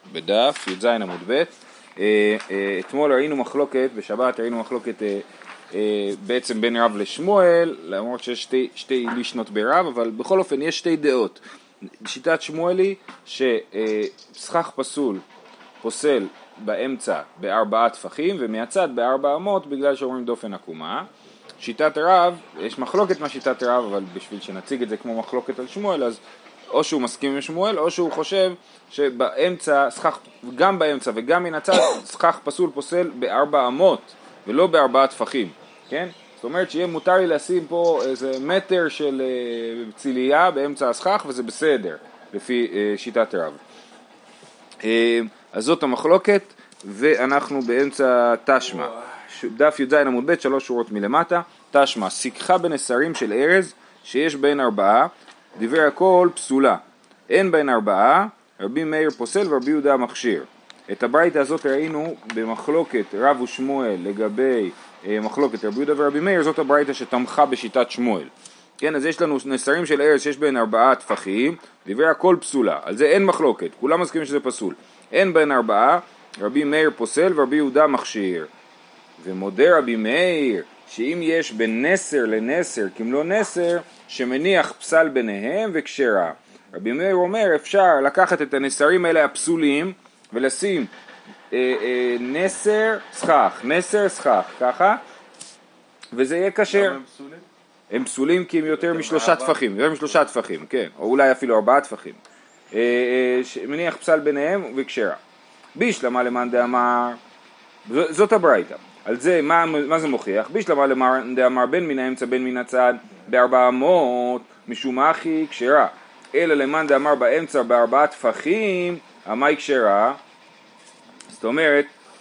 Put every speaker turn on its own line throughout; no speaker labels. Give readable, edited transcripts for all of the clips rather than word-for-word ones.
בדף י"ז עמוד ב'. אתמול ראינו מחלוקת, בשבת ראינו מחלוקת בעצם בין רב לשמואל, למרות שיש שתי לישנות ברב, אבל בכל אופן יש שתי דעות. שיטת שמואל היא שסכך פוסל באמצע בארבעה טפחים ומהצד בארבע אמות בגלל שאומרים דופן עקומה. שיטת רב, יש מחלוקת מהשיטת רב, אבל בשביל שנציג את זה כמו מחלוקת על שמואל, אז או שהוא מסכים עם שמואל, או שהוא חושב שבאמצע, גם באמצע וגם מן הצד, סכך פוסל בארבע אמות, ולא בארבעה טפחים, כן? זאת אומרת שיהיה מותר לי לשים פה איזה מטר של ציליה באמצע הסכך, וזה בסדר, לפי שיטת רב. אז זאת המחלוקת, ואנחנו באמצע תשמע. דף י"ז עמוד ב' 3 שורות מלמטה. תשמע, סיככה בנסרים של ארז שיש בין ארבעה, דבר הכל פסולה. אין בין ארבעה, רבי מאיר פוסל ורבי יהודה מכשיר. את הברייתא הזאת ראינו במחלוקת רב ושמואל לגבי מחלוקת רבי יהודה ורבי מאיר, זאת הברייתא שתמכה בשיטת שמואל. כן, אז יש לנו נסרים של ארז שיש בין ארבעה טפחים, דבר הכל פסולה. על זה אין מחלוקת, כולם מסכימים שזה פסול. אין בין ארבעה, רבי מאיר פוסל ורבי יהודה מכשיר. ומודה רבי מאיר שאם יש בין נסר לנסר כמלוא נסר שמניח פסל ביניהם וקשרה. רבי מאיר אומר אפשר לקחת את הנסרים האלה הפסולים ולשים נסר סכך ככה וזה יהיה כשר. הם פסולים כי הם יותר משלושה טפחים, כן, או אולי אפילו 4 טפחים. שמניח פסל ביניהם וקשרה. בישלמה למאן דאמר, זאת הברייתא. על זה, מה זה מוכיח? בישלמה למאן דאמר בין מן האמצע בין מן הצד ב400 משום אחי כשרה, אלא למאן דאמר באמצע ב4 טפחים המאי כשרה. זאת אומרת,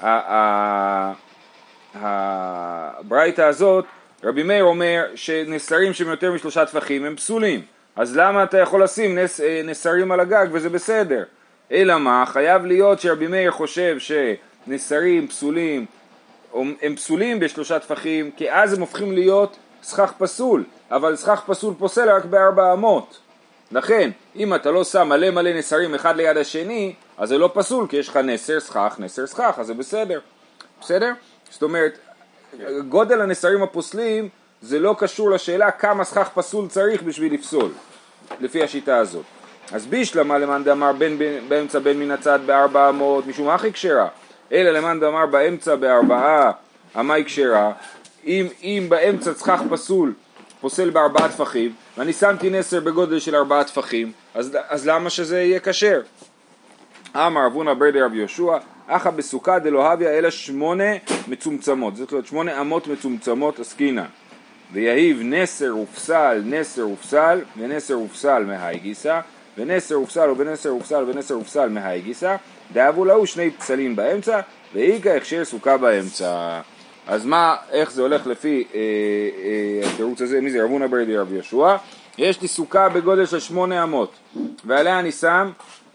הברייתא הזאת, רבי מאיר אומר שנסרים שהם יותר משלושה טפחים הם פסולים, אז למה אתה יכול לשים נסרים על הגג וזה בסדר? אלא מה? חייב להיות שרבי מאיר חושב שנסרים פסולים הם פסולים בשלושה טפחים, כי אז הם הופכים להיות סכך פסול, אבל סכך פסול פוסל רק בארבע אמות. לכן, אם אתה לא שם מלא נסרים אחד ליד השני, אז זה לא פסול, כי יש לך נסר סכך, אז זה בסדר. בסדר? זאת אומרת, גודל הנסרים הפוסלים זה לא קשור לשאלה כמה סכך פסול צריך בשביל לפסול, לפי השיטה הזאת. אז בישלמה למאן דאמר באמצע בין מן הצד ב400 משום אחי כשרה, אלא למאן דאמר באמצע ב4 המאי כשרה. אם באמצע סכך פוסל ב4 טפחים ואני שמתי נסר בגודל של 4 טפחים, אז למה שזה יהיה כשר? אמר אבונה ברדי רב יהושע אחא בסוכה דלא הוויה אלא 8 מצומצמות, זאת אומרת 8 אמות מצומצמות עסקינן. ויהיב נסר ופסל ונסר ופסל מהי גיסא, ונסר ופסל ובנסר ופסל ונסר ופסל מהי גיסא, דאבו להו 2 פסלים באמצע ואיכא הכשר סוכה באמצע. אז איך זה הולך לפי התירוץ הזה? מי זה? רבונה ברדי רב יהושע. יש לי סוכה בגודל של 8 אמות ועליה אני שם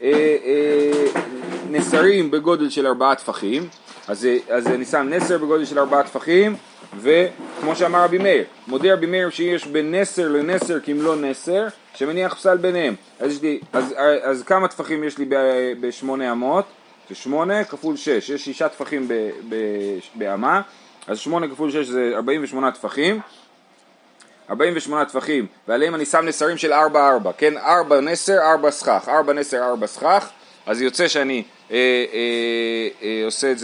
נסרים בגודל של 4 טפחים, אז אני שם נסר בגודל של 4 טפחים, וכמו שאמר רבי מאיר, מודה רבי מאיר שיש בין נסר לנסר כמלוא נסר שמניח פסל ביניהם. אז כמה טפחים יש לי ב8 אמות? זה 8 כפול 6, יש 6 טפחים באמה, אז 8 כפול 6 זה 48 טפחים, 48 טפחים, ועליהם אני שם נסרים של 4-4, כן? 4 נסר, 4 סכך, 4 נסר, 4 סכך, אז יוצא שאני עושה את זה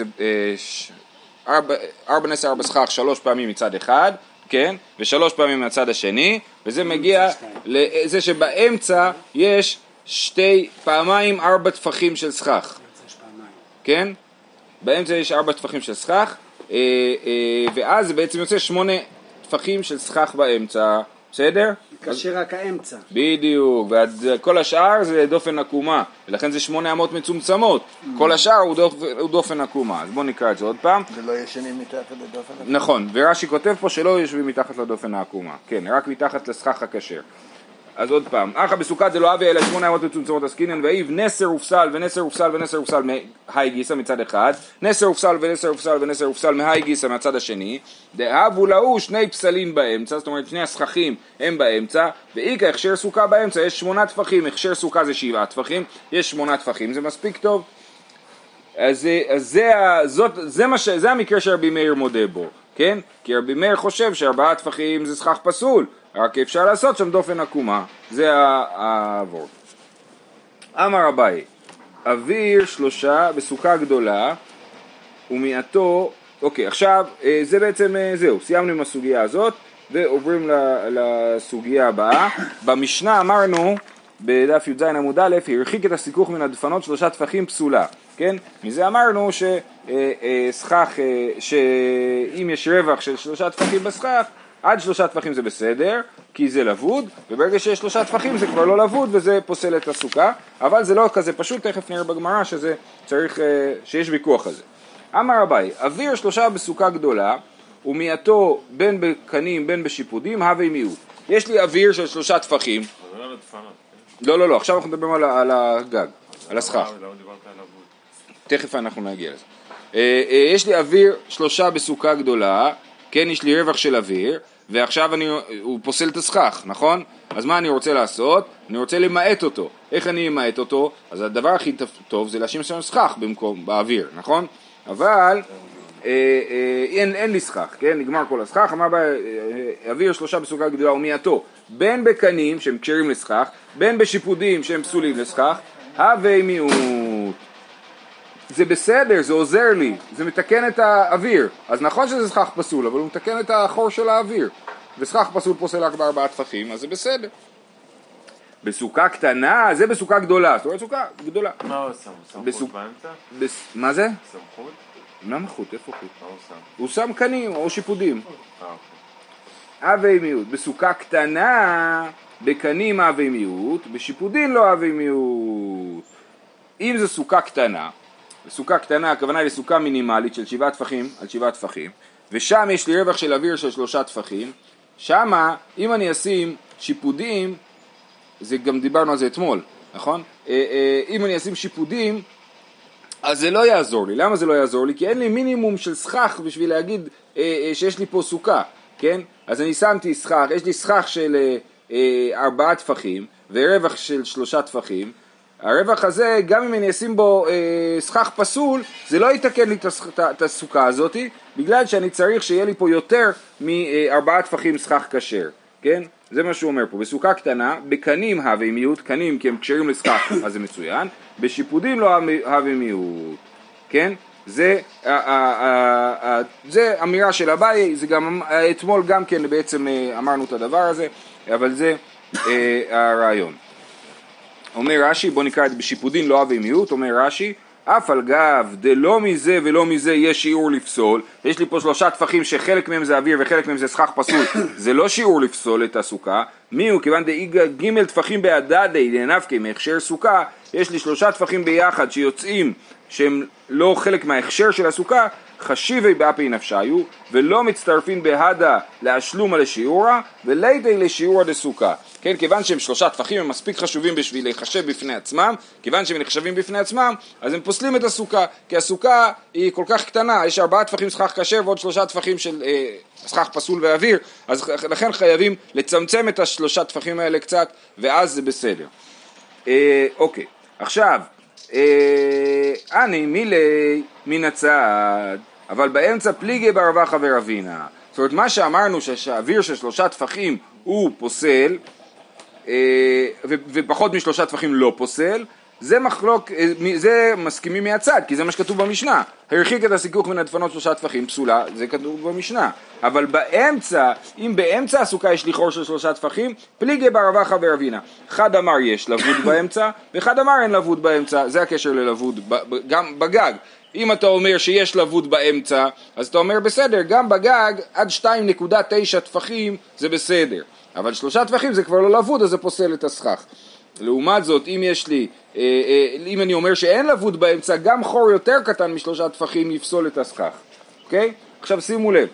4 נסר, 4 סכך 3 פעמים מצד אחד, כן? ו3 פעמים מצד השני, וזה מגיע לזה שבאמצע יש 2 4 טפחים של סכך, כן? באמצע יש 4 טפחים של סכך, ואז זה בעצם יוצא 8 טפחים של סכך באמצע, בסדר?
קשה רק האמצע.
בדיוק, וכל השאר זה דופן עקומה, ולכן זה 8 אמות מצומצמות, כל השאר הוא דופן עקומה. אז בואו נקרא את זה עוד פעם.
ולא ישנים מתחת לדופן עקומה.
נכון, ורש"י כותב פה שלא יושבים מתחת לדופן העקומה, כן, רק מתחת לסכך הכשר. אז עוד פעם, אחא בסוכה דלא הוויה אלא 8 אמות מצומצמות עסקינן, ויהיב נסר ופסל ונסר ופסל ונסר ופסל מהי גיסא מצד אחד, נסר ופסל ונסר ופסל ונסר ופסל מהי גיסא מהצד השני, דאבו להו 2 פסלים באמצע, זאת אומרת 2 הסככים הם באמצע, ואיכא הכשר סוכה באמצע, יש 8 טפחים, הכשר סוכה זה 7 טפחים, יש 8 טפחים, זה מספיק טוב. אז זה המקרה שרבי מאיר מודה בו, כן? כי רבי מאיר חושב שארבעה טפחים זה סכך פסול, רק אפשר לעשות שם דופן עקומה, זה העבור. אמר אביי, אוויר 3 בסוכה גדולה ומעטו, אוקיי, עכשיו זה בעצם זהו, סיימנו עם הסוגיה הזאת ועוברים לסוגיה הבאה. במשנה אמרנו בדף י"ז עמוד א', הרחיק את הסיכוך מן הדפנות 3 טפחים פסולה, כן? מזה אמרנו שסכך, שאם יש רווח של 3 טפחים בסכך, עד 3 טפחים זה בסדר, כי זה לבוד, וברגע שיש 3 טפחים זה כבר לא לבוד וזה פוסל את הסוכה, אבל זה לא כזה פשוט, תכף נראה בגמרא שזה צריך, שיש ויכוח על זה. אמר אביי, אוויר 3 בסוכה גדולה, ומעטו בין בקנים בין בשיפודים, הווי מיעוט. יש לי אוויר של 3 טפחים. לא, עכשיו אנחנו מדברים על הגג, על הסכך. תכף אנחנו נגיע לזה. יש לי אוויר 3 בסוכה גדולה, כן, יש לי רווח של אוויר, ועכשיו הוא פוסל את הסכך, נכון? אז מה אני רוצה לעשות? אני רוצה למעט אותו. איך אני אמעט אותו? אז הדבר הכי טוב זה להשאיר שם סכך במקום, באוויר, נכון? אבל אין לי סכך, כן? נגמר כל הסכך, אמר אוויר 3 בסוכה גדולה ומעטו, בין בקנים שהם קשרים לסכך, בין בשיפודים שהם פסולים לסכך, הווי מיעוט. זה בסדר, זה עוזר לי, זה מתקן את האוויר. אז נכון שזה סכך פסול, אבל הוא מתקן את החור של האוויר. וסכך פסול פוסל רק ב4 טפחים, אז זה בסדר. בסוכה קטנה, זה בסוכה גדולה. זאת אומרת סוכה גדולה.
מה הוא שם? הוא שם חוט באמצע?
מה זה?
שם חוט?
למה חוט? איפה חוט?
מה הוא שם?
הוא שם קנים או שיפודים.
אוקיי.
הווי מיעוט. בסוכה קטנה, בקנים הווי מיעוט, בשיפודין לא הווי מיעוט. אם זו סוכה קטנה, סוכה קטנה, הכוונה היא לסוכה מינימלית של 7 טפחים על 7 טפחים, ושם יש לי רווח של אוויר של 3 טפחים, שמה, אם אני אשים שיפודים, זה גם דיברנו על זה אתמול, נכון? אם אני אשים שיפודים, אז זה לא יעזור לי. למה זה לא יעזור לי? כי אין לי מינימום של סכך בשביל להגיד שיש לי פה סוכה, כן? אז אני שמתי סכך, יש לי סכך של 4 טפחים, ורווח של 3 טפחים, הרווח הזה, גם אם אני אשים בו סכך פסול, זה לא יתקן לי את הסוכה הזאת, בגלל שאני צריך שיהיה לי פה יותר מ4 טפחים סכך כשר, כן? זה מה שהוא אומר פה. בסוכה קטנה, בקנים הווי מיעוט, קנים כי הם קשרים לסכך, אז זה מצוין, בשיפודים לא הווי מיעוט, כן? זה אמירה של אביי, זה גם, אתמול גם כן בעצם אמרנו את הדבר הזה, אבל זה הרעיון. אומר רש"י, בוא נקרא את זה בשיפודין לא הווי מיעוט, אומר רש"י, אף על גב דלא מזה ולא מזה יש שיעור לפסול, יש לי פה 3 טפחים שחלק מהם זה אוויר וחלק מהם זה סכך פסול, זה לא שיעור לפסול את הסוכה, מי הוא? כיוון ג' טפחים בהדדי לנפקי מהכשר סוכה, יש לי 3 טפחים ביחד שיוצאים שהם לא חלק מההכשר של הסוכה, חשיבי באפי נפשיו, ולא מצטרפים בהדה להשלומה לשיעורה, ולידי לשיעורה דסוכה. כן, כיוון שהם 3 טפחים הם מספיק חשובים בשביל להיחשב בפני עצמם, כיוון שהם נחשבים בפני עצמם, אז הם פוסלים את הסוכה, כי הסוכה היא כל כך קטנה, יש 4 טפחים סכך כשר ועוד 3 טפחים של סכך פסול ואוויר, אז לכן חייבים לצמצם את 3 טפחים האלה קצת, ואז זה בסדר. אוקיי, עכשיו, אני מילי מן הצד, אבל באמצע פליגי ברווחה ורבינה. זאת אומרת, מה שאמרנו שהאוויר של 3 טפחים הוא פוסל, ופחות מ3 טפחים לא פוסל, זה מחלוק, זה מסכימים מהצד, כי זה מה שכתוב במשנה. הרחיק את הסיכוך מן הדפנות 3 טפחים פסולה, זה כתוב במשנה. אבל באמצע, אם באמצע הסוכה יש לי חור של 3 טפחים, פליגי ברווחה ורבינה. אחד אמר יש לבוד באמצע, ואחד אמר אין לבוד באמצע, זה הקשר ללבוד, גם בגג. אם אתה אומר שיש לבוד באמצע, אז אתה אומר בסדר, גם בגג עד 2.9 טפחים זה בסדר. אבל 3 טפחים זה כבר לא לבוד, אז זה פוסל את הסכך. לעומת זאת, אם יש לי, אם אני אומר שאין לבוד באמצע, גם חור יותר קטן מ3 טפחים יפסול את הסכך. אוקיי? עכשיו שימו לב.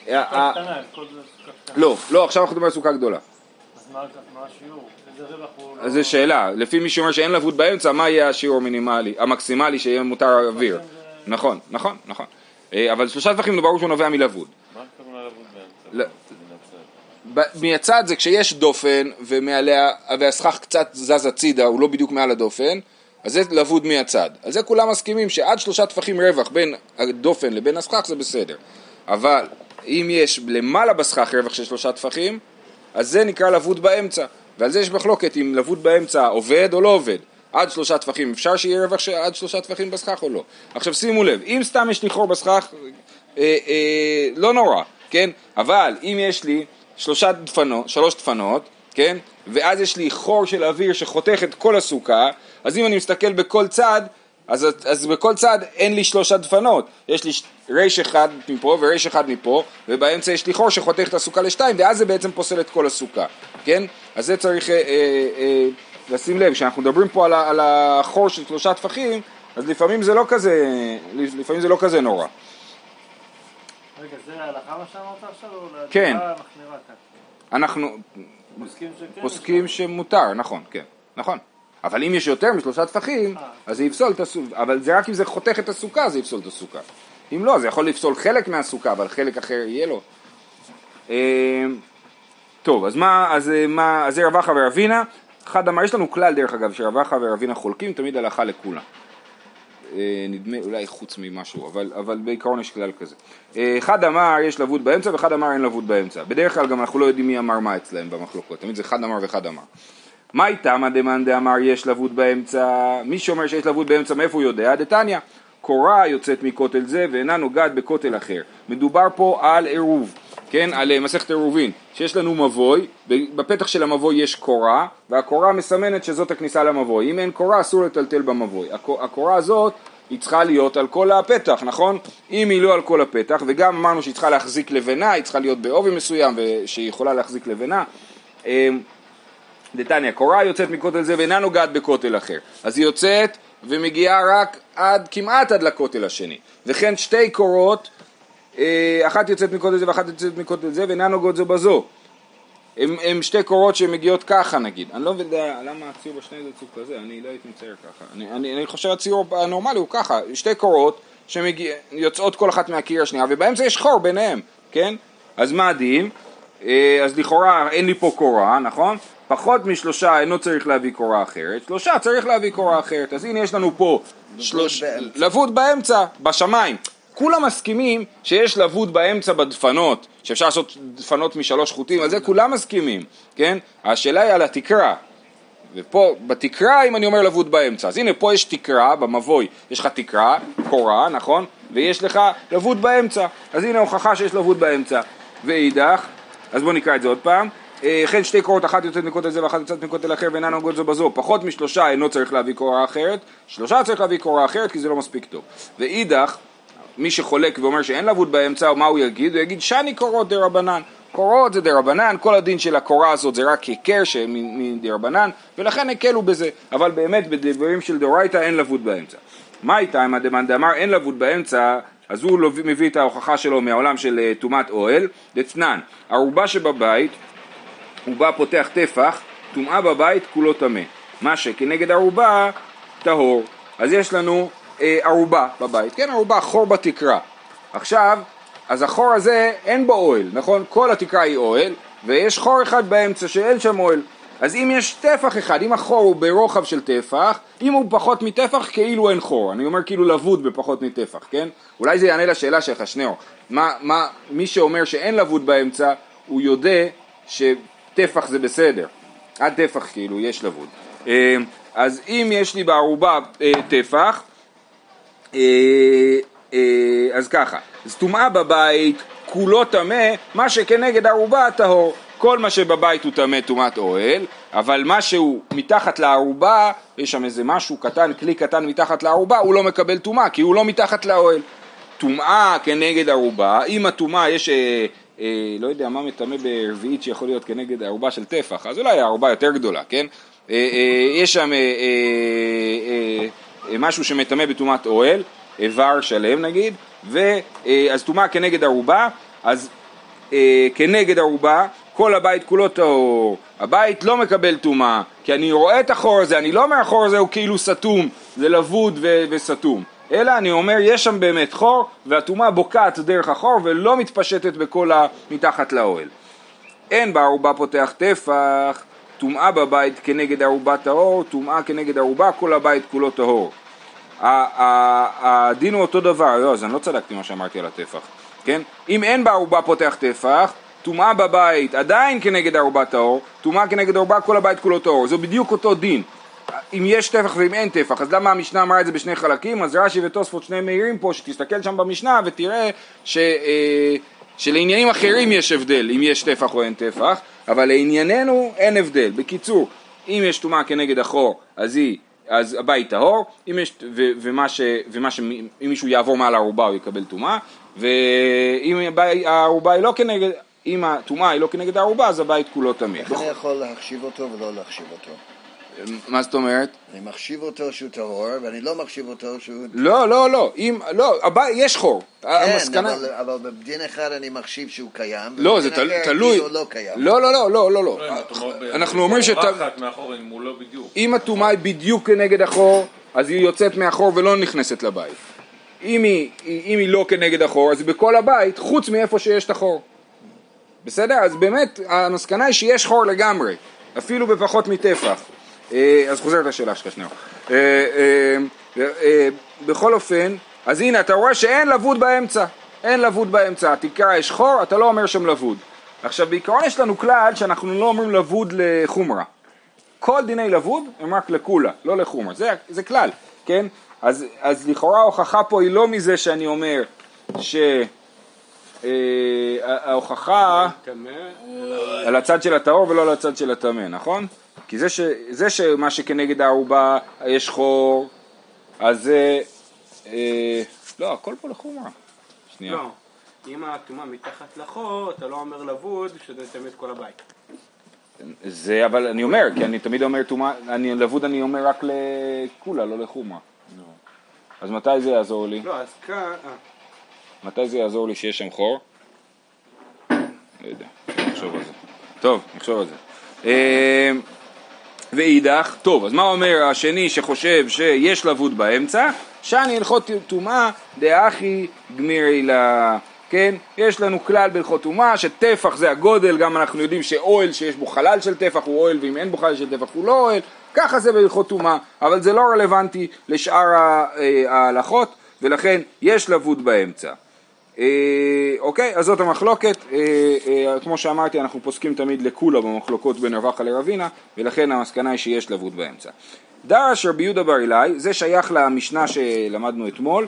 לא, עכשיו אנחנו מדברים על סוכה גדולה.
אז מה השיעור? איזה רווח הוא?
אז זו שאלה. לפי מי שאומר שאין לבוד באמצע, מה יהיה השיעור המינימלי, המקסימלי שיהיה מותר אוויר? נכון. אבל 3 טפחים זה ברור שהוא נובע מלבוד.
מה הכוונה לבוד באמצע?
מהצד זה כשיש דופן והסכך קצת זז הצידה, הוא לא בדיוק מעל הדופן, אז זה לבוד מהצד. על זה כולם מסכימים שעד 3 טפחים רווח בין הדופן לבין הסכך זה בסדר. אבל אם יש למעלה בסכך רווח של 3 טפחים, אז זה נקרא לבוד באמצע. ועל זה יש מחלוקת אם לבוד באמצע עובד או לא עובד. עד 3 טפחים אפשר שיהיה רווח עד 3 טפחים בסכך או לא. עכשיו שימו לב, אם סתם יש לי חור בסכך, לא נורא, כן? אבל אם יש לי 3 דפנות, כן? ואז יש לי חור של אוויר שחותך את כל הסוכה, אז אם אני מסתכל בכל צד, אז בכל צד אין לי 3 דפנות, יש לי רייש אחד מפה ורייש אחד מפה, ובאמצע יש לי חור שחותך את הסוכה לשתיים, ואז זה בעצם פוסל את כל הסוכה, כן? אז זה צריך לשים לב, כשאנחנו מדברים פה על החור של 3 טפחים, אז לפעמים זה לא כזה נורא.
רגע, זה ההלכה מה שאמרת עכשיו או
כן.
להדגרה מחמירה כאן?
אנחנו פוסקים שמותר, נכון, כן, נכון. אבל אם יש יותר מ3 טפחים, אז זה יפסול את הסוכה, אבל זה רק אם זה חותך את הסוכה, זה יפסול את הסוכה. אם לא, זה יכול לפסול חלק מהסוכה, אבל חלק אחר יהיה לו. טוב, אז זה רב אחא ורבינה. אחד אמר, יש לנו כלל דרך אגב, שרב אחא ורבינה חולקים תמיד הלכה לכולם. נדמה, אולי חוץ ממשהו, אבל בעיקרון יש כלל כזה. אחד אמר יש לבוד באמצע, ואחד אמר אין לבוד באמצע. בדרך כלל גם אנחנו לא יודעים מי אמר מה אצלהם במחלוקות, תמיד זה אחד אמר ואחד אמר. מה איתה מאן דאמר יש לבוד באמצע? מי שאומר שיש לבוד באמצע, מאיפה הוא יודע? דתניא, קורה יוצאת מכותל זה ואינה נוגעת בכותל אחר. מדובר פה על עירוב, כן? על מסכת עירובין, שיש לנו מבוי, בפתח של המבוי יש קורה, והקורה מסמנת שזאת הכניסה למבוי. אם אין קורה אסור לטלטל במבוי. הקורה הזאת היא צריכה להיות על כל הפתח, נכון? אם היא לא על כל הפתח, וגם אמרנו שהיא צריכה להחזיק לבנה, היא צריכה להיות בעובי מסוים ושהיא יכולה להחזיק לבנה. דתניא, קורה יוצאת מכותל זה ואינה נוגעת בכותל אחר. אז היא יוצאת ומגיעה רק כמעט עד לכותל השני. וכן 2 קורות, אחת יוצאת מכותל זה ואחת יוצאת מכותל זה ואינה נוגעות זו בזו. הם 2 קורות שמגיעות ככה נגיד. אני לא יודע למה הציור בשני זה צוק כזה, אני לא הייתי מצייר ככה. אני חושב הציור הנורמלי הוא ככה, 2 קורות שיוצאות כל אחת מהקיר השנייה, ובאמצע יש חור ביניהם, כן? אז מה הדין? אז לכאורה אין לי פה קורה, נכון? פחות מ3 אינו צריך להביא קורה אחרת, 3 צריך להביא קורה אחרת. אז הנה יש לנו פה לבוד באמצע, בשמיים. כולם מסכימים שיש לבוד באמצע בדפנות, שאפשר לעשות דפנות מ3 חוטים, על זה כולם מסכימים, כן? השאלה היא על התקרה, ופה בתקרה אם אני אומר לבוד באמצע, אז הנה פה יש תקרה במבוי, יש לך תקרה, קורה, נכון? ויש לך לבוד באמצע, אז הנה הוכחה שיש לבוד באמצע. ואידך, אז בואו נקרא את זה עוד פעם, כן 2 קורות, אחת יוצאת מכותל זה ואחת יוצאת מכותל אחר ואינה נוגעות זו בזו, פחות מ3 אינו צריך להביא קורה אחרת, 3 צריך להביא קורה אחרת כי זה לא מספיק טוב. ואידך, מי שחולק ואומר שאין לבוד באמצע, מה הוא יגיד? הוא יגיד שאני קורות דרבנן, קורות זה דרבנן, כל הדין של הקורה הזאת זה רק היכר מדרבנן, ולכן הקלו בזה, אבל באמת בדברים של דאורייתא אין לבוד באמצע. מה איתה אם מאן דאמר אין לבוד באמצע? אז הוא מביא את ההוכחה שלו מהעולם של טומאת אוהל, דתנן, ערובה שבבית, הוא בא פותח טפח, טומאה בבית כולו טמא, מה שכנגד ערובה טהור. אז יש לנו ערובה בבית, כן, ערובה, חור בתקרה. עכשיו, אז החור הזה אין בו אוהל, נכון? כל התקרה היא אוהל, ויש חור אחד באמצע שאין שם אוהל. אז אם יש טפח אחד, אם החור הוא ברוחב של טפח, אם הוא פחות מטפח, כאילו אין חור. אני אומר כאילו לבוד בפחות מטפח, כן? אולי זה יענה לשאלה שלך, שניאור. מי שאומר שאין לבוד באמצע, הוא יודע שטפח זה בסדר. עד טפח כאילו יש לבוד. אז אם יש לי בערובה טפח, אז ככה, אז טומאה בבית כולו טמא, מה שכנגד ערובה טהור. כל מה שבבית הוא טמא טומאת אוהל, אבל מה שהוא מתחת לערובה, יש שם איזה משהו קטן, כלי קטן מתחת לערובה, הוא לא מקבל טומאה, כי הוא לא מתחת לאוהל. טומאה כנגד ערובה, אם הטומאה יש, לא יודע מה מטמא ברביעית שיכול להיות כנגד ערובה של טפח, אז אולי הערובה יותר גדולה, כן? יש שם משהו שמטמא בטומאת אוהל, איבר שלם נגיד, אז טומאה כנגד ערובה, אז כנגד ערובה, כל הבית כולו טהור, הבית לא מקבל טומאה, כי אני רואה את החור הזה, אני לא אומר החור הזה הוא כאילו סתום, זה לבוד וסתום, אלא אני אומר יש שם באמת חור, והטומאה בוקעת דרך החור ולא מתפשטת בכל מתחת לאוהל. אין בערובה פותח טפח, טומאה בבית כנגד ערובה טהור, טומאה כנגד ערובה, כל הבית כולו טהור. הדין הוא אותו דבר, לא, אז אני לא צדקתי מה שאמרתי על הטפח, כן? אם אין בערובה פותח טפח, טומאה בבית עדיין כנגד ערובה טהור, טומאה כנגד ערובה, כל הבית כולו טהור. זה בדיוק אותו דין. אם יש טפח ואם אין טפח, אז למה המשנה אמרה את זה בשני חלקים? אז רש"י ותוספות שני מהירים פה, שתסתכל שם במשנה ותראה שלעניינים אחרים יש הבדל, אם יש טפח או אין טפח, אבל לענייננו אין הבדל. בקיצור, אם יש טומאה כנגד החור, אז הבית טהור, אם מישהו יעבור מעל הערובה הוא יקבל טומאה, ואם הערובה היא לא כנגד, אם הטומאה היא לא כנגד הערובה, אז הבית כולו טמא.
איך אני יכול להחשיב אותו ולא להחשיב אותו?
מה זאת אומרת?
אני מחשיב אותו שהוא טהור, ואני לא מחשיב אותו שהוא...
לא, יש חור.
כן, אבל בדין אחד אני מחשיב שהוא קיים,
לא, זה תלוי.
הוא לא קיים.
לא. אנחנו אומרים אם הטומאה היא בדיוק כנגד החור, אז היא יוצאת מהחור ולא נכנסת לבית. אם היא לא כנגד החור, אז היא בכל הבית, חוץ מאיפה שיש את החור. בסדר? אז באמת, המסקנה היא שיש חור לגמרי, אפילו בפחות מטפח. אז חוזרת השאלה שלך שנייה. בכל אופן, אז הנה, אתה רואה שאין לבוד באמצע. אין לבוד באמצע. תקרא יש חור, אתה לא אומר שם לבוד. עכשיו, בעיקרון יש לנו כלל שאנחנו לא אומרים לבוד לחומרה. כל דיני לבוד הם רק לכולה, לא לחומרה. זה כלל, כן? אז לכאורה ההוכחה פה היא לא מזה שאני אומר שההוכחה על הצד של הטהור ולא על הצד של הטמא, נכון? כי זה שמה שכנגד הערובה יש חור, אז זה... לא, הכל פה לחומרה. שנייה.
לא, אם הטומאה מתחת לחור, אתה לא אומר לבוד שזה טמא את כל הבית.
זה, אבל אני אומר, כי אני תמיד אומר טומאה, לבוד אני אומר רק לכולה, לא לחומרה. אז מתי זה יעזור לי?
לא, אז כאן...
מתי זה יעזור לי שיש שם חור? לא יודע, נחשוב על זה. טוב, נחשוב על זה. ואידך, טוב, אז מה אומר השני שחושב שיש לבוד באמצע? שאני הלכות טומאה דאחי גמירי לה, כן? יש לנו כלל בהלכות טומאה שטפח זה הגודל, גם אנחנו יודעים שאוהל שיש בו חלל של טפח הוא אוהל, ואם אין בו חלל של טפח הוא לא אוהל, ככה זה בהלכות טומאה, אבל זה לא רלוונטי לשאר ההלכות, ולכן יש לבוד באמצע. אוקיי, אז זאת המחלוקת, כמו שאמרתי אנחנו פוסקים תמיד לכולה במחלוקות בין רבחה לרבינה, ולכן המסקנה היא שיש לבוד באמצע. דרש רבי יהודה בר אילאי, זה שייך למשנה שלמדנו אתמול,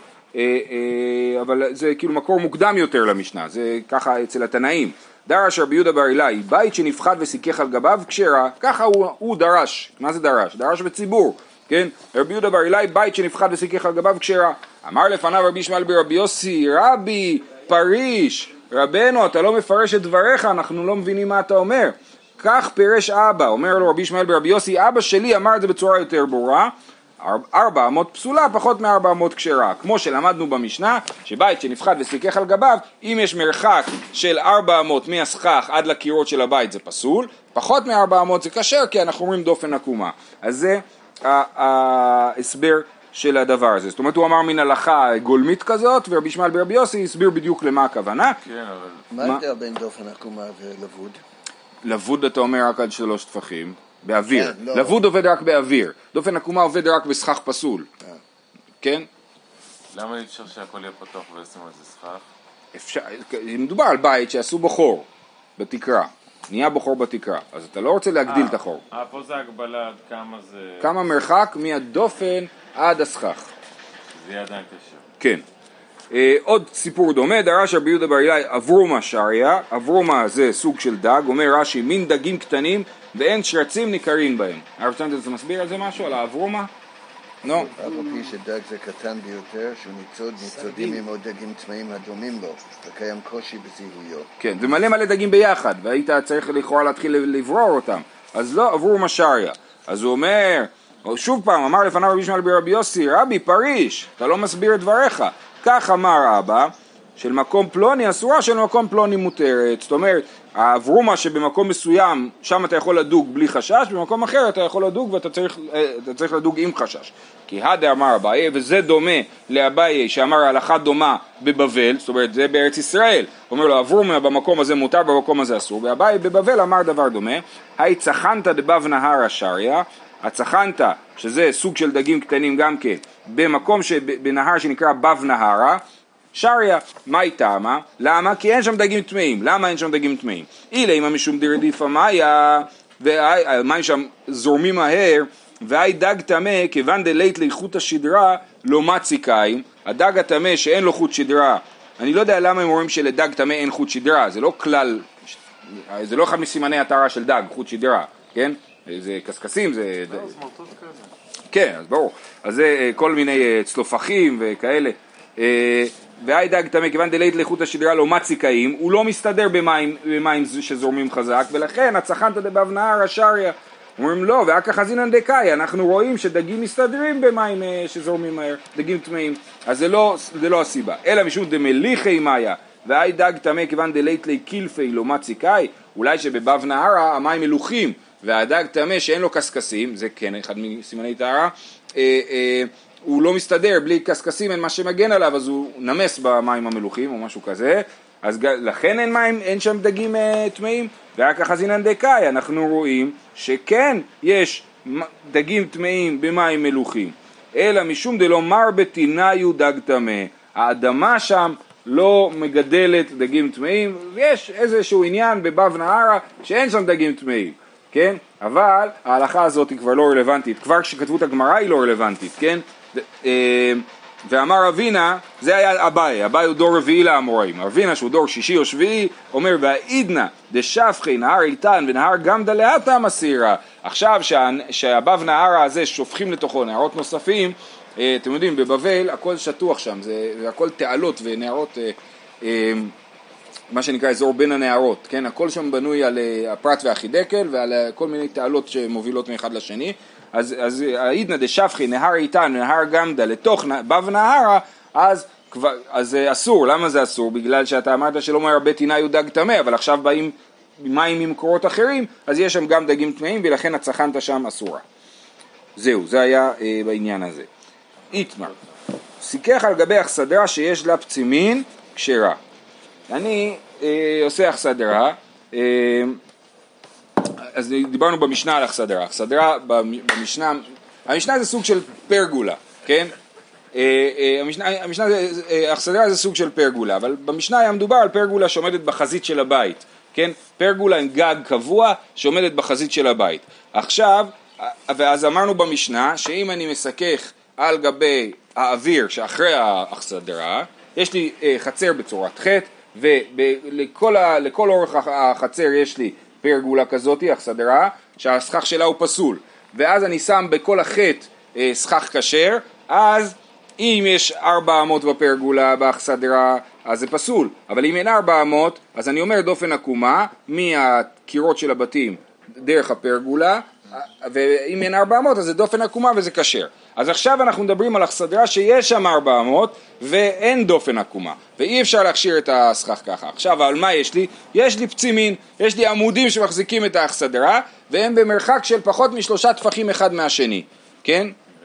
אבל זה כאילו מקור מוקדם יותר למשנה, זה ככה אצל התנאים. דרש רבי יהודה בר אילאי, בית שנפחד וסיכך על גביו כשרה, ככה הוא דרש. מה זה דרש? דרש בציבור, כן? רבי יהודה בר אילאי, בית שנפחד וסיכך על גביו כשרה. אמר לפניו רבי ישמעאל ברבי יוסי, רבי פריש, רבנו אתה לא מפרש את דבריך, אנחנו לא מבינים מה אתה אומר. כך פירש אבא, אומר לו רבי ישמעאל ברבי יוסי, אבא שלי אמר את זה בצורה יותר ברורה, 400 פסולה פחות מ400 כשרה, כמו שלמדנו במשנה, שבית שנפחד וסיכך על גביו, אם יש מרחק של 400 מהסכך עד לקירות של הבית זה פסול, פחות מ400 זה כשר, כי אנחנו אומרים דופן עקומה. אז זה ההסבר של הדבר הזה. זאת אומרת, הוא אמר מן הלכה גולמית כזאת, ורבי ישמעאל ברבי יוסי הסביר בדיוק למה הכוונה.
כן, אבל... מה ההבדל בין דופן עקומה ולבוד?
לבוד אתה אומר רק עד 3 טפחים, באוויר.
כן, לא.
לבוד עובד רק באוויר. דופן עקומה עובד רק בסכך פסול. כן?
למה אי אפשר שהכל יהיה פתוח ולשים על זה סכך?
אפשר, מדובר על בית שעשו בו חור בתקרה. נהיה בו חור בתקרה. אז אתה לא רוצה להגדיל את החור.
פה זה הגבלה עד כמה זה...
כמה מרחק מהדופן עד הסכך.
זה יהיה עדיין קשה.
כן. עוד סיפור דומה, דרש רבי יהודה בר אילאי אברומה שריה, אברומה זה סוג של דג, אומר רש"י, מין דגים קטנים ואין שרצים ניכרים בהם. הרב צנטל, אתה מסביר על זה משהו, על האברומה? לא.
אף על פי שדג זה קטן ביותר, שהוא ניצודים עם עוד דגים צמאים הדומים לו, וקיים קושי בזיהויו.
כן, ומלא מלא דגים ביחד, והיית צריך לכאורה להתחיל לברור אותם. אז לא, אברומה שריה. אז הוא אומר, שוב פעם, אמר לפניו רבי ישמעאל ברבי יוסי, רבי פריש, אתה לא מסביר את דבריך. כך אמר אבא, של מקום פלוני אסורה, של מקום פלוני מותרת. זאת אומרת, האברומה שבמקום מסוים, שם אתה יכול לדוג בלי חשש, במקום אחר אתה יכול לדוג ואתה צריך לדוג עם חשש. כי הדה אמר אביי, וזה דומה לאביי שאמר הלכה דומה בבבל, זאת אומרת זה בארץ ישראל, אומר לו אברומה במקום הזה מותר, במקום הזה אסור, ואביי בבבל אמר דבר דומה, היי צחנת דבב נהר השריה, הצחנת, שזה סוג של דגים קטנים גם כן, במקום בנהר שנקרא בב נהרה, שריה, מה היא טעמה? למה? כי אין שם דגים טמאים. למה אין שם דגים טמאים? אילה אם המשום דרדיפה מאיה, והמים שם זורמים מהר, והי דג טמא, כיוון דלית לאיכות השדרה, לא מציקאים. הדג הטמא שאין לו חוט שדרה, אני לא יודע למה הם אומרים שלדג טמא אין חוט שדרה, זה לא כלל, זה לא אחד מסימני הטהרה של דג, חוט שדרה, כן? זה קסקסים, זה... כן, אז ברור. אז זה כל מיני צלופחים וכאלה. והי דג טמא כיוון דלית לאיכות השדרה לא מציקאים, הוא לא מסתדר במים שזורמים חזק, ולכן הצחנת דבב נהר השריה. אומרים לא, ואקא חזינן דקאי, אנחנו רואים שדגים מסתדרים במים שזורמים מהר, דגים טמאים, אז זה לא הסיבה. אלא משום דמליחי מאיה, והי דג טמא כיוון דלית לי קילפי לא מציקאי, אולי שבבב נהרה המים מלוכים, והדג טמא שאין לו קסקסים, זה כן אחד מסימני טהרה, הוא לא מסתדר, בלי קסקסים אין מה שמגן עליו, אז הוא נמס במים המלוכים או משהו כזה, אז לכן אין שם דגים טמאים, ורק החזינן דקאי, אנחנו רואים שכן יש דגים טמאים במים מלוכים, אלא משום דלא מרבתיניו דג טמא, האדמה שם לא מגדלת דגים טמאים, ויש איזשהו עניין בבב נהרה שאין שם דגים טמאים, כן? אבל ההלכה הזאת היא כבר לא רלוונטית, כבר כשכתבו את הגמרא היא לא רלוונטית, כן? ואמר אבינה, זה היה אביי הוא דור רביעי לאמוראים, אבינה שהוא דור שישי או שביעי, אומר והעידנה דשפכי נהר איתן ונהר גם דלאתה מסירה, עכשיו שהבב נהרה הזה שופכים לתוכו נהרות נוספים, אתם יודעים בבבל הכל שטוח שם, זה הכל תעלות ונהרות, מה שנקרא אזור בין הנהרות, כן? הכל שם בנוי על הפרת והחידקל ועל כל מיני תעלות שמובילות מאחד לשני, אז העידנא דשפכי נהר איתן ונהר גמדה לתוך בב נהרה, אז אסור. למה זה אסור? בגלל שאתה אמרת שלא מרבתיניו דג טמא, אבל עכשיו באים מים ממקורות אחרים, אז יש שם גם דגים טמאים ולכן הצחנת שם אסורה. זהו, זה היה בעניין הזה. איתמר, סיכך על גבי אכסדרה שיש לה פצימין כשרה. אני עושה אכסדרה, אז דיברנו במשנה על אכסדרה, אכסדרה במשנה, המשנה זה סוג של פרגולה, כן? אכסדרה זה סוג של פרגולה, אבל במשנה היה מדובר על פרגולה שעומדת בחזית של הבית, כן? פרגולה עם גג קבוע שעומדת בחזית של הבית. עכשיו, ואז אמרנו במשנה שאם אני מסכך על גבי האוויר שאחרי האכסדרה, יש לי חצר בצורת חטא, ולכל אורך החצר יש לי פרגולה כזאת, אכסדרה, שהסכך שלה הוא פסול, ואז אני שם בכל החטא סכך כשר, אז אם יש 400 בפרגולה באכסדרה, אז זה פסול, אבל אם אין 400, אז אני אומר דופן עקומה, מהקירות של הבתים דרך הפרגולה, ואם אין 400 אז זה דופן עקומה וזה כשר. אז עכשיו אנחנו מדברים על אכסדרה שיש שם 400 ואין דופן עקומה, ואי אפשר להכשיר את הסכך ככה. עכשיו על מה יש לי? יש לי פצימין, יש לי עמודים שמחזיקים את האכסדרה, והם במרחק של פחות מ3 טפחים אחד מהשני, כן?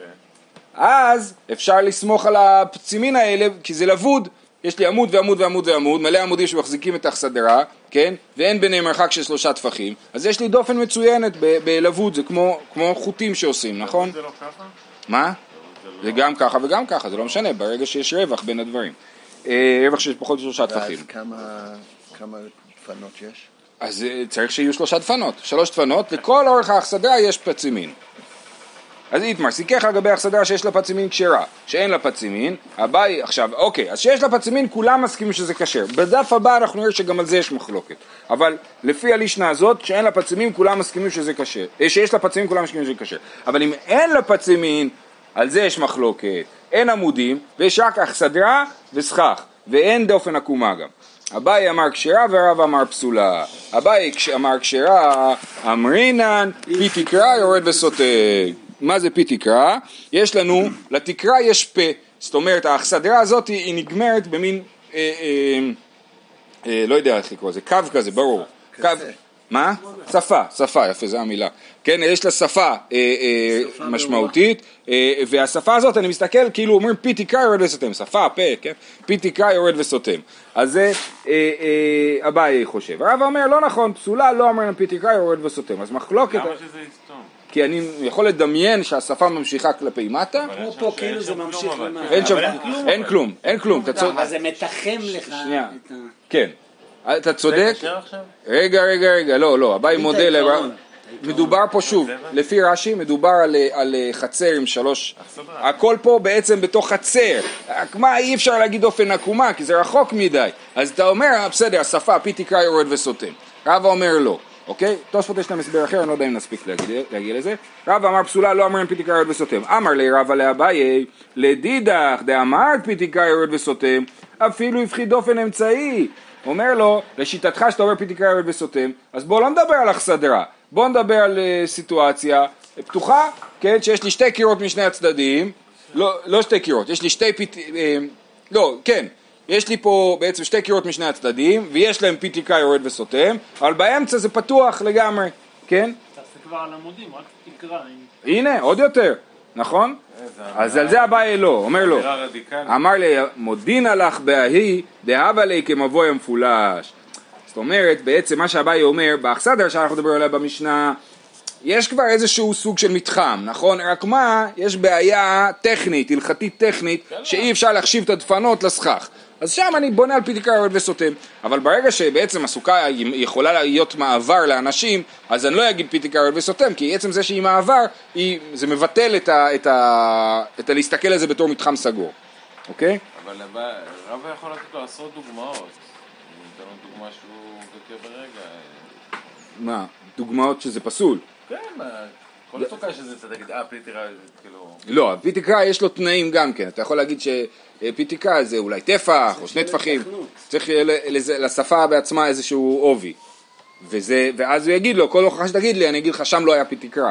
אז אפשר לסמוך על הפצימין האלה, כי זה לבוד, יש לי עמוד ועמוד ועמוד ועמוד, מלא עמודים שמחזיקים את האכסדרה, כן? ואין ביניהם מרחק של 3 טפחים, אז יש לי דופן מצוינת בלבוד, זה כמו חוטים שעושים, נכון?
זה לא ככה?
מה? זה גם ככה וגם ככה, זה לא משנה, ברגע שיש רווח בין הדברים. רווח שיש פחות מ3 טפחים.
ואז כמה דפנות יש?
אז צריך שיהיו 3 דפנות, 3 דפנות, לכל אורך האכסדרה יש פצימין. אז איתמר, סיכך על גבי אכסדרה שיש לה פצימין כשרה, שאין לה פצימין, הבא, עכשיו, אוקיי, אז שיש לה פצימין כולם מסכימים שזה כשר. בדף הבא אנחנו נראה שגם על זה יש מחלוקת. אבל לפי הלישנה הזאת, שאין לה פצימין כולם מסכימים שזה כשר. שיש לה פצימין כולם מסכימים שזה כשר. אבל אם אין לה פצימין, על זה יש מחלוקת. אין עמודים, ויש רק אכסדרה וסכך, ואין דופן עקומה גם. אביי אמר כשרה והרב אמר פסולה. אביי אמר כשרה, אמרינן, פי תקרא יורד וסוטה. מה זה פי תקרא? יש לנו, לתקרא יש פה, זאת אומרת האכסדרה הזאת היא נגמרת במין לא יודע איך לקרוא, זה קו כזה, ברור. קו, מה? שפה, יפה, זו המילה. כן, יש לה שפה משמעותית, והשפה הזאת, אני מסתכל, כאילו אומרים פי תקרא יורד וסותם, שפה, פה, כן? פי תקרא יורד וסותם. אז זה אביי חושב. הרב אומר, לא נכון, פסולה, לא אומרים פי תקרא יורד וסותם. אז מחלוקת...
למה שזה יסתום?
כי אני יכול לדמיין שהשפה ממשיכה כלפי מטה.
כמו פה, כאילו זה ממשיך למטה.
אין כלום.
אבל זה מתחם לך.
שנייה, כן. אתה צודק. רגע, לא, אביי מודל, מדובר פה שוב, לפי רש"י מדובר על חצר עם 3, הכל פה בעצם בתוך חצר, מה אי אפשר להגיד אופן עקומה כי זה רחוק מדי, אז אתה אומר בסדר, השפה פי תקרא יורד וסותם, רבא אומר לא, אוקיי? תוספות יש להם הסבר אחר, אני לא יודע אם נספיק להגיע לזה. רבא אמר פסולה, לא אמרים פי תקרא יורד וסותם, אמר לי רבא לאביי לדידך דאמרת פי תקרא יורד וסותם אפילו הפחיד אופן אמצעי. אומר לו, לשיטתך שאתה אומר פי תקרא יורד וסותם, אז בוא לא נדבר על אכסדרה, בוא נדבר על סיטואציה פתוחה, כן, שיש לי 2 קירות משני הצדדים, לא 2 קירות, יש לי 2 יש לי פה בעצם 2 קירות משני הצדדים, ויש להם פי תקרא יורד וסותם, אבל באמצע זה פתוח לגמרי, כן?
זה כבר על עמודים, רק תקרא.
הנה, עוד יותר, נכון? אז על זה אביי לא, אומר לו, אמר לי, מודין הלך בהיא, דהבה לי כמבוי המפולש. זאת אומרת, בעצם מה שאביי אומר, באכסדרה שאנחנו מדברים עליה במשנה, יש כבר איזשהו סוג של מתחם, נכון? רק מה, יש בעיה טכנית, הלכתית טכנית, שאי אפשר להחשיב את הדפנות לסכך. אז שם אני בונה על פי תקרא יורד וסותם, אבל ברגע שבעצם הסוכה יכולה להיות מעבר לאנשים, אז אני לא אגיד פי תקרא יורד וסותם, כי עצם זה שהיא מעבר, זה מבטל את להסתכל על זה בתור מתחם סגור, אוקיי?
אבל רבא יכול לתת לו 10 דוגמאות, ניתן לו דוגמה שהוא כותב ברגע.
מה? דוגמאות שזה פסול?
כן, כל סוכה שזה אתה תגיד, פי תקרא, כאילו...
לא, פי תקרא יש לו תנאים גם כן, אתה יכול להגיד שפי תקרא זה אולי טפח או 2 טפחים, צריך לשפה בעצמה איזשהו עובי, ואז הוא יגיד לו, כל הוכחה שתגיד לי, אני אגיד לך שם לא היה פי תקרא,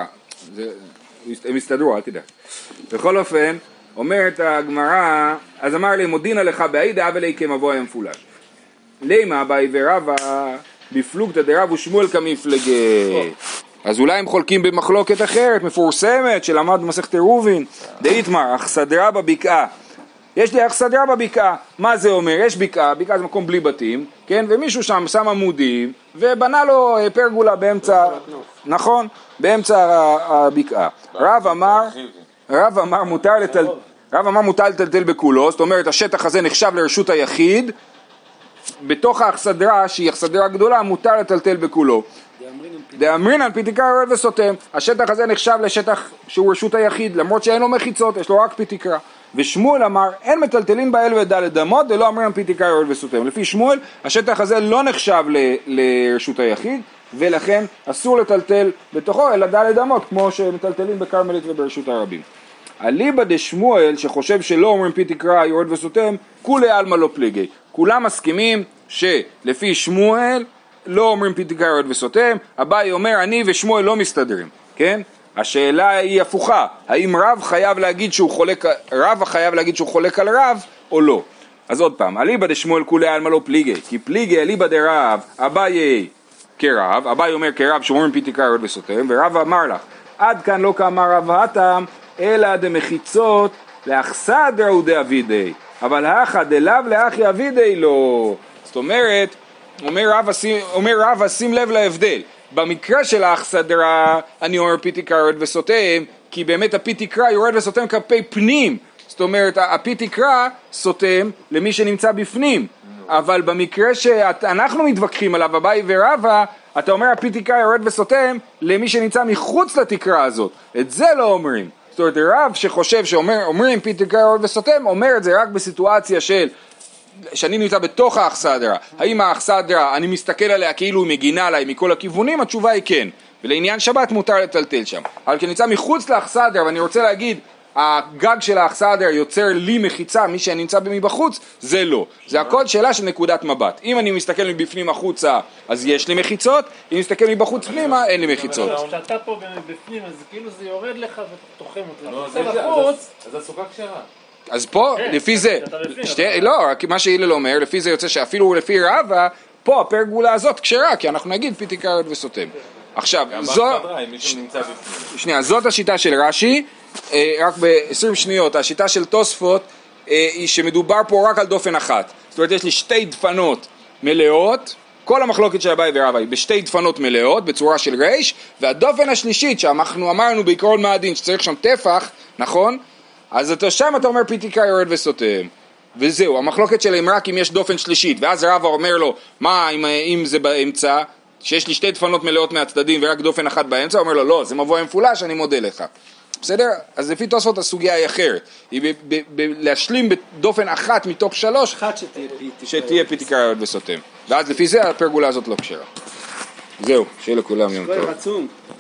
הם יסתדרו, אל תדע. בכל אופן, אומרת הגמרא, אז אמר לי, מודין עליך בעיד, אבל לי כמבוי המפולש. לימה אביי ורבא בפלוגתא דרב ושמואל כמפלגי. אז אולי הם חולקים במחלוקת אחרת, מפורסמת, שלמד במסכת עירובין, דאיתמר, אכסדרה בבקעה. יש לי אכסדרה בבקעה, מה זה אומר? יש בקעה, בקעה זה מקום בלי בתים, כן? ומישהו שם שם עמודים, ובנה לו פרגולה באמצע, נכון? באמצע הבקעה. רב אמר מותר לטלטל בכולו, זאת אומרת, השטח הזה נחשב לרשות היחיד, בתוך האכסדרה, שהיא אכסדרה גדולה, מותר לטלטל בכולו. דאמרינן פי תקרא יורד וסותם, השטח הזה נחשב לשטח שהוא רשות היחיד, למרות שאין לו מחיצות, יש לו רק פי תקרא. ושמואל אמר, אין מטלטלים באל ודלת אמות, ולא אמרינן פי תקרא יורד וסותם. לפי שמואל, השטח הזה לא נחשב לרשות היחיד, ולכן אסור לטלטל בתוכו, אלא דלת אמות, כמו שמטלטלים בקרמלית וברשות הרבים. אליבא דשמואל, שחושב שלא אומרים פי תקרא יורד וסותם, כולי עלמא לא פליגי. כולם מסכימים שלפי שמואל, לא אומרים פי תקרא יורד וסותם, אביי אומר אני ושמואל לא מסתדרים, כן? השאלה היא הפוכה, האם רב חייב להגיד שהוא חולק על רב או לא? אז עוד פעם, אליבא דשמואל כולי עלמא לא פליגי, כי פליגי אליבא דרב, אביי כרב, אביי אומר כרב שאומרים פי תקרא יורד וסותם, ורב אמר לך, עד כאן לא כאמר רב התם, אלא דמחיצות לאכסדרה ודאבידי, אבל האחא דלאו לאחי אבידי לא. זאת אומרת, אומר רב, שים לב להבדל. במקרה של האכסדרה, אני אומר פי תקרא יורד וסותם, כי באמת הפי תקרא יורד וסותם כלפי פנים. זאת אומרת, הפי תקרא סותם למי שנמצא בפנים. אבל במקרה שאנחנו מתווכחים עליו, אביי ורבא, אתה אומר הפי תקרא יורד וסותם למי שנמצא מחוץ לתקרא הזאת. את זה לא אומרים. זאת אומרת, רב שחושב שאומרים פי תקרא יורד וסותם, אומר את זה רק בסיטואציה של שאני נמצא בתוך האכסדרה. האם האכסדרה, אני מסתכל עליה כאילו היא מגינה עליי מכל הכיוונים? התשובה היא כן. ולעניין שבת מותר לטלטל שם. אבל כשנמצא מחוץ לאכסדרה ואני רוצה להגיד, הגג של האכסדרה יוצר לי מחיצה, מי שנמצא מבחוץ, זה לא. זה הכל שאלה של נקודת מבט. אם אני מסתכל מבפנים החוצה, אז יש לי מחיצות, אם מסתכל מבחוץ פנימה, אין לי מחיצות.
כשאתה פה בפנים, אז כאילו זה יורד לך ותוחם אותך. אז הסוכה כשרה.
אז פה, לפי זה, לא, רק מה שהילל אומר, לפי זה יוצא שאפילו לפי רבא, פה הפרגולה הזאת כשרה, כי אנחנו נגיד פיתיקה יורד וסותם. עכשיו, זאת השיטה של רש"י, רק ב-20 שניות, השיטה של תוספות, היא שמדובר פה רק על דופן אחת. זאת אומרת, יש לי שתי דפנות מלאות, כל המחלוקת של אביי ורבא היא בשתי דפנות מלאות, בצורה של רייש, והדופן השלישית שאנחנו אמרנו בעיקרון מהדין שצריך שם טפח, נכון? אז שם אתה אומר פיתיקה יורד וסותם. וזהו, המחלוקת שלהם רק אם יש דופן שלישית, ואז רבא אומר לו, מה אם זה באמצע, שיש לי שתי דפנות מלאות מהצדדים ורק דופן אחת באמצע, הוא אומר לו, לא, זה מבוא מפולש, אני מודה לך. בסדר? אז לפי תוספות הסוגיה היא אחרת, היא להשלים בדופן אחת מתוך 3, שתהיה פיתיקה יורד וסותם. ואז לפי זה הפרגולה הזאת לא כשרה. זהו, שיהיה לכולם יום טוב.